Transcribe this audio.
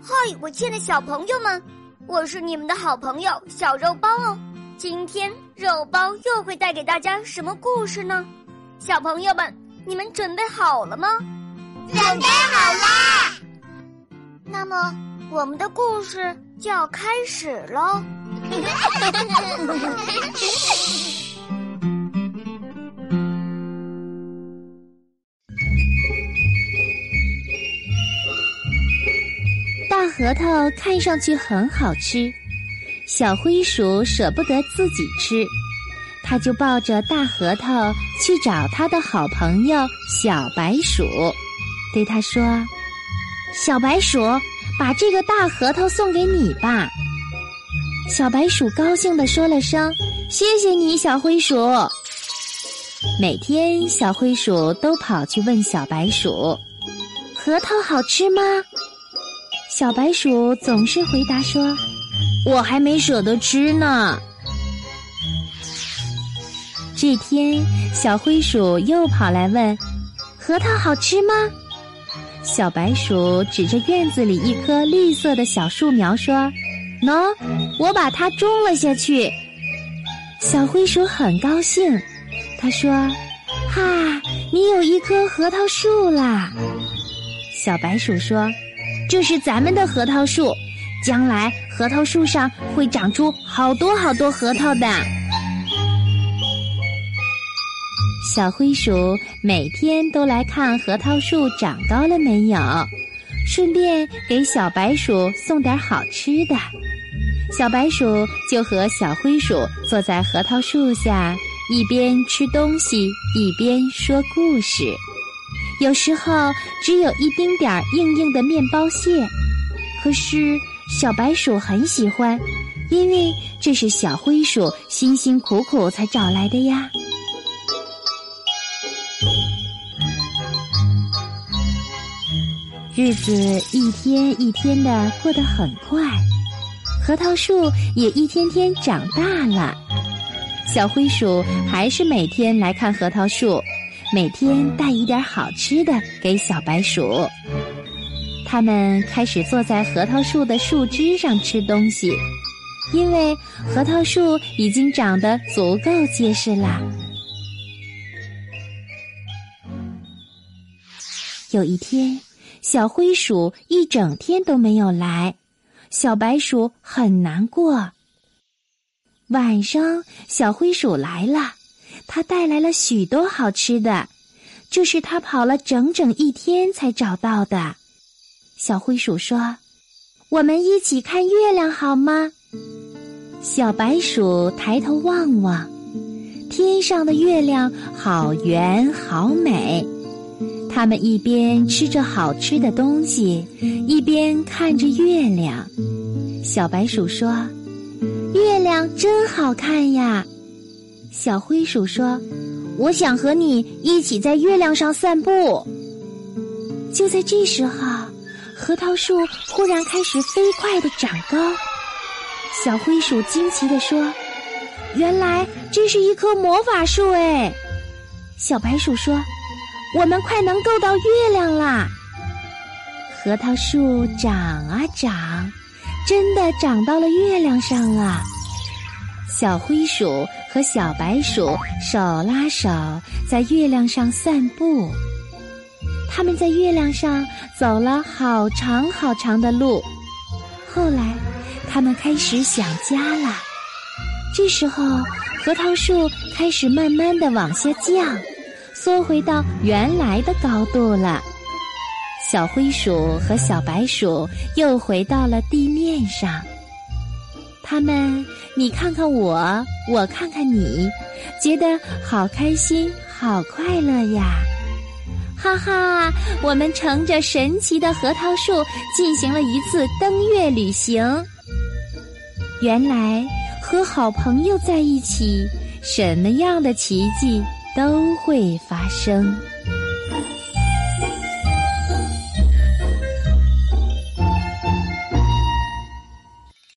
嗨，我亲爱的小朋友们，我是你们的好朋友小肉包哦。今天肉包又会带给大家什么故事呢？小朋友们，你们准备好了吗？ 准备好啦！ 那么我们的故事就要开始喽。 大核桃看上去很好吃，小灰鼠舍不得自己吃，他就抱着大核桃去找他的好朋友小白鼠，对他说：小白鼠，把这个大核桃送给你吧。小白鼠高兴地说了声：谢谢你，小灰鼠。每天小灰鼠都跑去问小白鼠：核桃好吃吗？小白鼠总是回答说：我还没舍得吃呢。这天小灰鼠又跑来问：核桃好吃吗？小白鼠指着院子里一棵绿色的小树苗说：喏，我把它种了下去。小灰鼠很高兴，他说：哈，你有一棵核桃树啦。小白鼠说：这是咱们的核桃树，将来核桃树上会长出好多好多核桃的。小灰鼠每天都来看核桃树长高了没有，顺便给小白鼠送点好吃的。小白鼠就和小灰鼠坐在核桃树下，一边吃东西一边说故事。有时候只有一丁点儿硬硬的面包屑，可是小白鼠很喜欢，因为这是小灰鼠辛辛苦苦才找来的呀。日子一天一天的过得很快，核桃树也一天天长大了。小灰鼠还是每天来看核桃树，每天带一点好吃的给小白鼠。他们开始坐在核桃树的树枝上吃东西，因为核桃树已经长得足够结实啦。有一天，小灰鼠一整天都没有来，小白鼠很难过。晚上，小灰鼠来了，它带来了许多好吃的，这是它跑了整整一天才找到的。小灰鼠说：我们一起看月亮好吗？小白鼠抬头望望，天上的月亮好圆好美。他们一边吃着好吃的东西，一边看着月亮。小白鼠说：月亮真好看呀。小灰鼠说：我想和你一起在月亮上散步。就在这时候，核桃树忽然开始飞快地长高。小灰鼠惊奇地说：原来这是一棵魔法树哎。小白鼠说：我们快能够到月亮啦。核桃树长啊长，真的长到了月亮上了。小灰鼠和小白鼠手拉手在月亮上散步，他们在月亮上走了好长好长的路。后来他们开始想家了。这时候核桃树开始慢慢地往下降，缩回到原来的高度了。小灰鼠和小白鼠又回到了地面上，他们你看看我，我看看你，觉得好开心好快乐呀。哈哈，我们乘着神奇的核桃树进行了一次登月旅行。原来和好朋友在一起，什么样的奇迹都会发生。